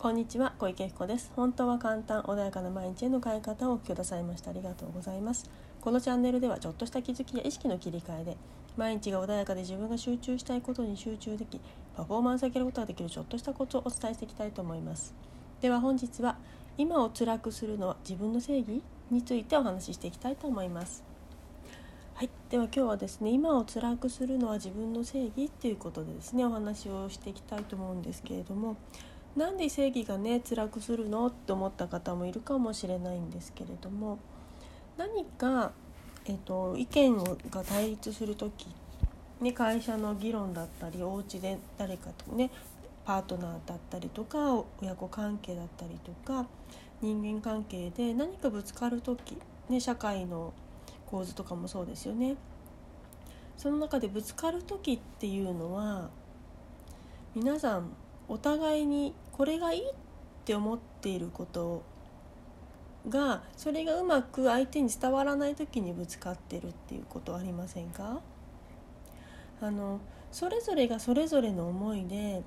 こんにちは、小池彦です。本当は簡単、穏やかな毎日への変え方をお聞きくださいましてありがとうございます。このチャンネルではちょっとした気づきや意識の切り替えで毎日が穏やかで自分が集中したいことに集中でき、パフォーマンスを上げることができるちょっとしたコツをお伝えしていきたいと思います。では本日は今を辛くするのは自分の正義についてお話ししていきたいと思います。はい、では今日はですね、今を辛くするのは自分の正義っていうことでですね、お話をしていきたいと思うんですけれども、なんで正義がね辛くするのって思った方もいるかもしれないんですけれども、何か、意見が対立するとき、ね、会社の議論だったり、お家で誰かとねパートナーだったりとか親子関係だったりとか人間関係で何かぶつかるとき、ね、社会の構図とかもそうですよね。その中でぶつかるときっていうのは、皆さんお互いにこれがいいって思っていることが、それがうまく相手に伝わらない時にぶつかってるっていうことはありませんか？それぞれがそれぞれの思いで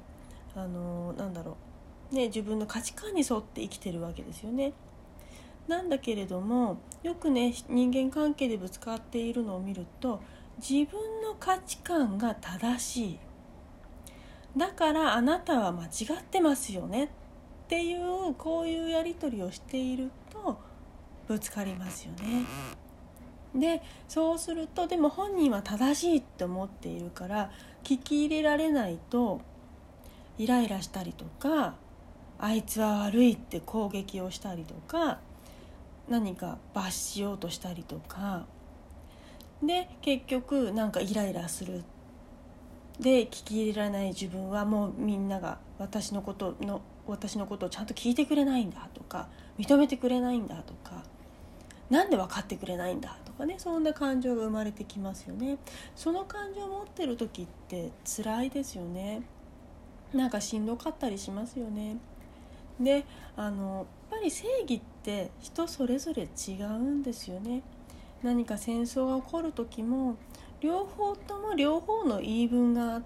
自分の価値観に沿って生きてるわけですよね。なんだけれども、よくね人間関係でぶつかっているのを見ると、自分の価値観が正しい、だからあなたは間違ってますよねっていう、こういうやり取りをしているとぶつかりますよね。でそうすると、でも本人は正しいって思っているから聞き入れられないとイライラしたりとか、あいつは悪いって攻撃をしたりとか、何か罰しようとしたりとかで、結局なんかイライラする。で聞き入れられない自分は、もうみんなが私のことをちゃんと聞いてくれないんだとか、認めてくれないんだとか、なんで分かってくれないんだとかね、そんな感情が生まれてきますよね。その感情を持ってる時って辛いですよね。なんかしんどかったりしますよね。でやっぱり正義って人それぞれ違うんですよね。何か戦争が起こる時も、両方とも両方の言い分があって、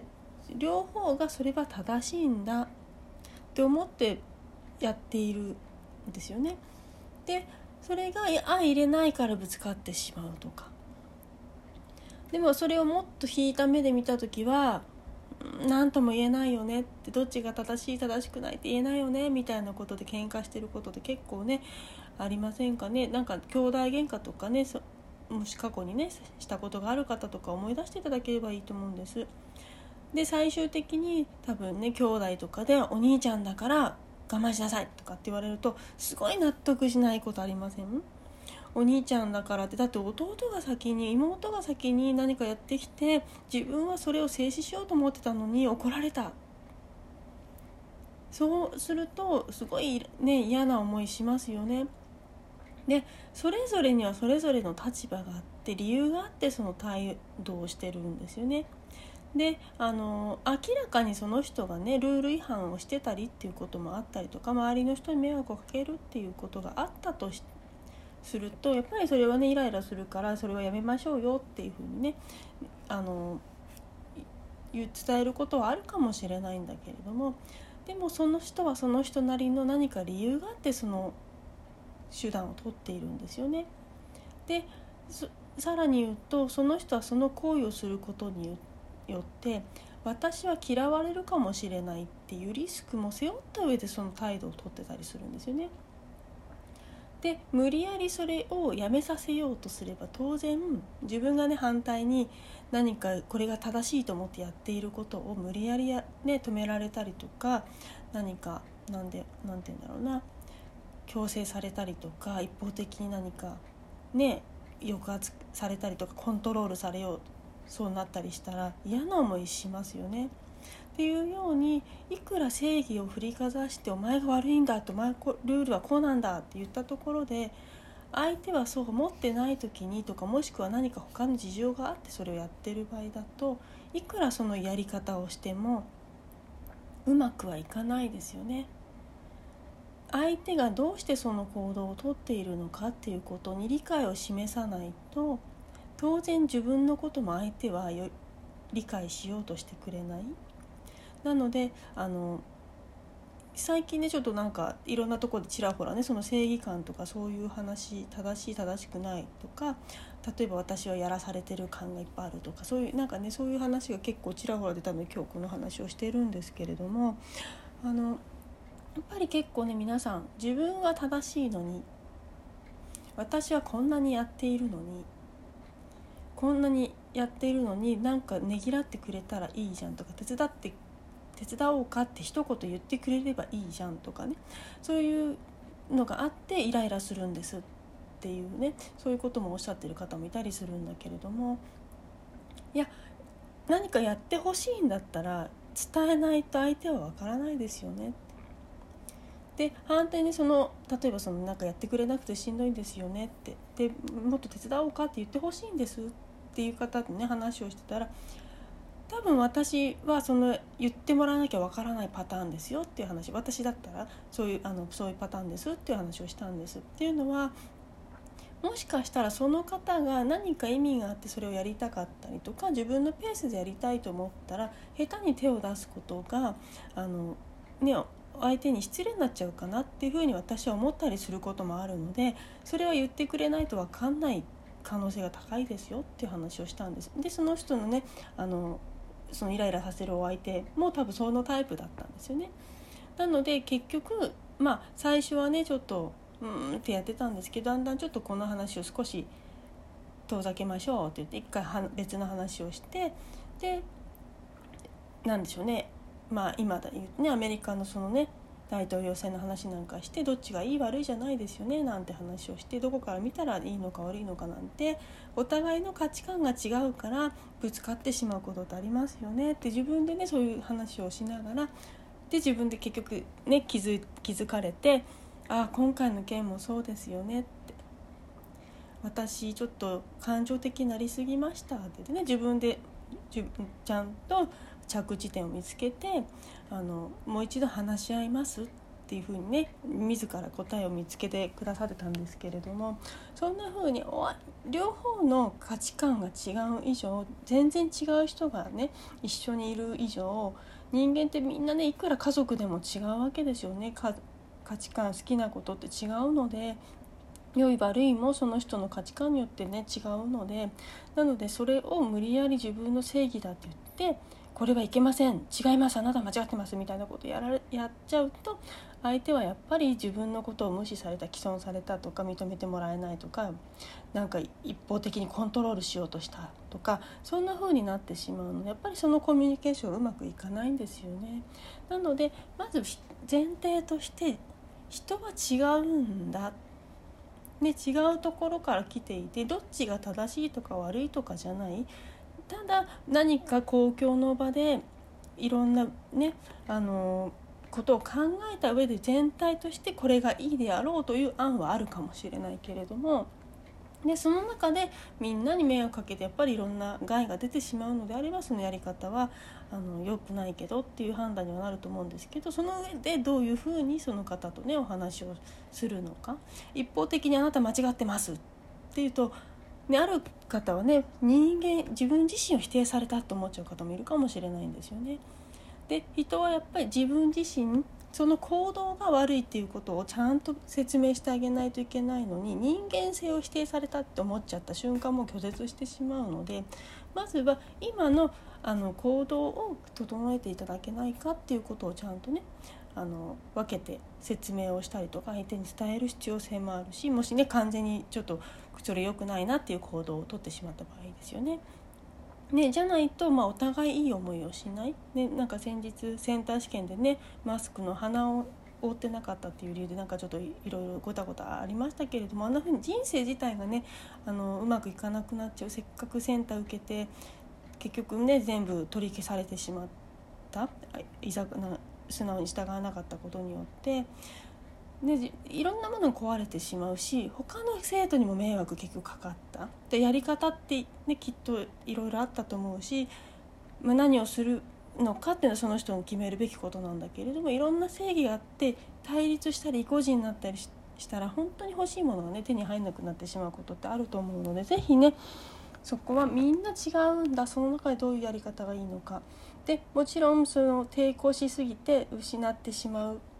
両方がそれは正しいんだって思ってやっているんですよね。でそれが相入れないからぶつかってしまうとか、でもそれをもっと引いた目で見た時は、何とも言えないよねって、どっちが正しい正しくないって言えないよねみたいなことで喧嘩してることで結構ねありませんかね。なんか兄弟喧嘩とかね、もし過去にねしたことがある方とか思い出していただければいいと思うんです。で最終的に多分ね、兄弟とかでお兄ちゃんだから我慢しなさいとかって言われると、すごい納得しないことありません？お兄ちゃんだからって、だって弟が先に妹が先に何かやってきて、自分はそれを制止しようと思ってたのに怒られた。そうするとすごいね嫌な思いしますよね。でそれぞれにはそれぞれの立場があって、理由があってその態度をしてるんですよね。で明らかにその人がねルール違反をしてたりっていうこともあったりとか、周りの人に迷惑をかけるっていうことがあったとすると、やっぱりそれはねイライラするから、それはやめましょうよっていうふうにね伝えることはあるかもしれないんだけれども、でもその人はその人なりの何か理由があってその手段を取っているんですよね。でさらに言うと、その人はその行為をすることによって私は嫌われるかもしれないっていうリスクも背負った上でその態度を取ってたりするんですよね。で無理やりそれをやめさせようとすれば、当然自分がね反対に何かこれが正しいと思ってやっていることを無理やり止められたりとか、何かなんて言うんだろうな、強制されたりとか、一方的に何かね抑圧されたりとか、コントロールされよう、そうなったりしたら嫌な思いしますよね。っていうように、いくら正義を振りかざしてお前が悪いんだと、ルールはこうなんだって言ったところで、相手はそう思ってない時にとか、もしくは何か他の事情があってそれをやってる場合だと、いくらそのやり方をしてもうまくはいかないですよね。相手がどうしてその行動をとっているのかっていうことに理解を示さないと、当然自分のことも相手は理解しようとしてくれない。なので最近ねちょっとなんかいろんなところでちらほらねその正義感とかそういう話、正しい正しくないとか、例えば私はやらされてる感がいっぱいあるとか、そういうなんかねそういう話が結構ちらほら出たので今日この話をしているんですけれども、やっぱり結構ね皆さん自分は正しいのに、私はこんなにやっているのに、こんなにやっているのになんかねぎらってくれたらいいじゃんとか、手伝おうかって一言言ってくれればいいじゃんとかね、そういうのがあってイライラするんですっていうね、そういうこともおっしゃってる方もいたりするんだけれども、いや何かやってほしいんだったら伝えないと相手はわからないですよね。で反対に例えばなんかやってくれなくてしんどいんですよねって、でもっと手伝おうかって言ってほしいんですっていう方とね話をしてたら、多分私は言ってもらわなきゃわからないパターンですよっていう話、私だったらそういうパターンですっていう話をしたんです。っていうのは、もしかしたらその方が何か意味があってそれをやりたかったりとか、自分のペースでやりたいと思ったら下手に手を出すことが相手に失礼になっちゃうかなっていうふうに私は思ったりすることもあるので、それは言ってくれないと分かんない可能性が高いですよっていう話をしたんです。でその人のねそのイライラさせるお相手も多分そのタイプだったんですよね。なので結局最初はねちょっとってやってたんですけど、だんだんちょっとこの話を少し遠ざけましょうって言って一回別の話をして、でなんでしょうね、今だ言うとねアメリカの大統領選の話なんかして、どっちがいい悪いじゃないですよねなんて話をして、どこから見たらいいのか悪いのかなんてお互いの価値観が違うからぶつかってしまうことってありますよねって自分でねそういう話をしながら、で自分で結局ね気づかれて、今回の件もそうですよねって、私ちょっと感情的になりすぎましたって言ってね、自分でちゃんと着地点を見つけてもう一度話し合いますっていうふうにね自ら答えを見つけてくださってたんですけれども、そんなふうに両方の価値観が違う以上、全然違う人がね一緒にいる以上、人間ってみんなねいくら家族でも違うわけですよね。価値観好きなことって違うので、良い悪いもその人の価値観によってね違うので、なのでそれを無理やり自分の正義だって言って、これはいけません、違います、あなた間違ってますみたいなことやっちゃうと、相手はやっぱり自分のことを無視された、既存されたとか、認めてもらえないとか、なんか一方的にコントロールしようとしたとか、そんな風になってしまうので、やっぱりそのコミュニケーションはうまくいかないんですよね。なのでまず前提として、人は違うんだで、違うところから来ていて、どっちが正しいとか悪いとかじゃない、ただ何か公共の場でいろんなねことを考えた上で全体としてこれがいいであろうという案はあるかもしれないけれども、でその中でみんなに迷惑かけてやっぱりいろんな害が出てしまうのであれば、そのやり方は良くないけどっていう判断にはなると思うんですけど、その上でどういうふうにその方とねお話をするのか。一方的にあなた間違ってますっていうと、ね、ある方はね自分自身を否定されたと思っちゃう方もいるかもしれないんですよね。で人はやっぱり自分自身その行動が悪いっていうことをちゃんと説明してあげないといけないのに、人間性を否定されたって思っちゃった瞬間も拒絶してしまうので、まずは今の行動を整えていただけないかっていうことをちゃんとね分けて説明をしたりとか相手に伝える必要性もあるし、もしね完全にちょっとそれ良くないなっていう行動を取ってしまった場合ですよね。じゃないと、お互いいい思いをしない、なんか先日センター試験でねマスクの鼻を覆ってなかったっていう理由でなんかちょっといろいろごたごたありましたけれども、あんな風に人生自体がねうまくいかなくなっちゃう。せっかくセンター受けて結局ね全部取り消されてしまった、素直に従わなかったことによってでいろんなものが壊れてしまうし、他の生徒にも迷惑結局かかったで、やり方って、ね、きっといろいろあったと思うし、何をするのかっていうのはその人に決めるべきことなんだけれども、いろんな正義があって対立したり意固地になったりしたら本当に欲しいものが、ね、手に入らなくなってしまうことってあると思うので、ぜひねそこはみんな違うんだ、その中でどういうやり方がいいのかで、もちろんその抵抗しすぎて失ってしまう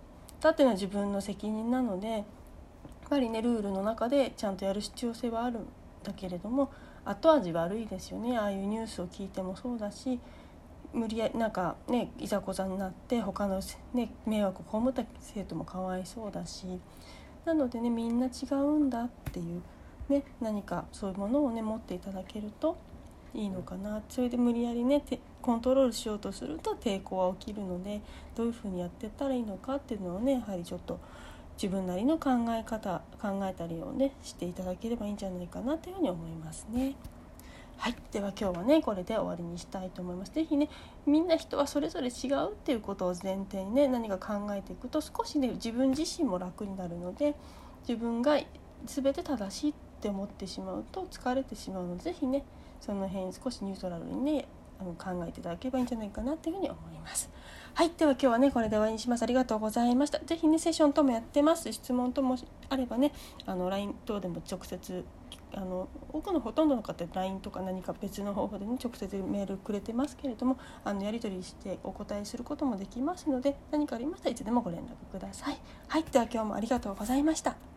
ったっていうのは自分の責任なので、やっぱりねルールの中でちゃんとやる必要性はあるんだけれども、後味悪いですよね。ああいうニュースを聞いてもそうだし、無理やりなんかねいざこざになって他の、ね、迷惑を被った生徒もかわいそうだし、なのでねみんな違うんだっていうね、何かそういうものをね持っていただけるといいのかな。それで無理やりねコントロールしようとすると抵抗は起きるので、どういうふうにやっていったらいいのかっていうのをねやはりちょっと自分なりの考えたりをねしていただければいいんじゃないかなというふうに思いますね。はい、では今日はねこれで終わりにしたいと思います。ぜひねみんな人はそれぞれ違うっていうことを前提にね何か考えていくと少しね自分自身も楽になるので、自分が全て正しいって思ってしまうと疲れてしまうので、ぜひねその辺少しニュートラルにね考えていただければいいんじゃないかなというふうに思います。はい、では今日はねこれで終わりにします。ありがとうございました。ぜひねセッションともやってます。質問ともあればねLINE 等でも直接多くのほとんどの方 LINE とか何か別の方法でね直接メールくれてますけれども、やり取りしてお答えすることもできますので、何かありましたらいつでもご連絡ください。はい、では今日もありがとうございました。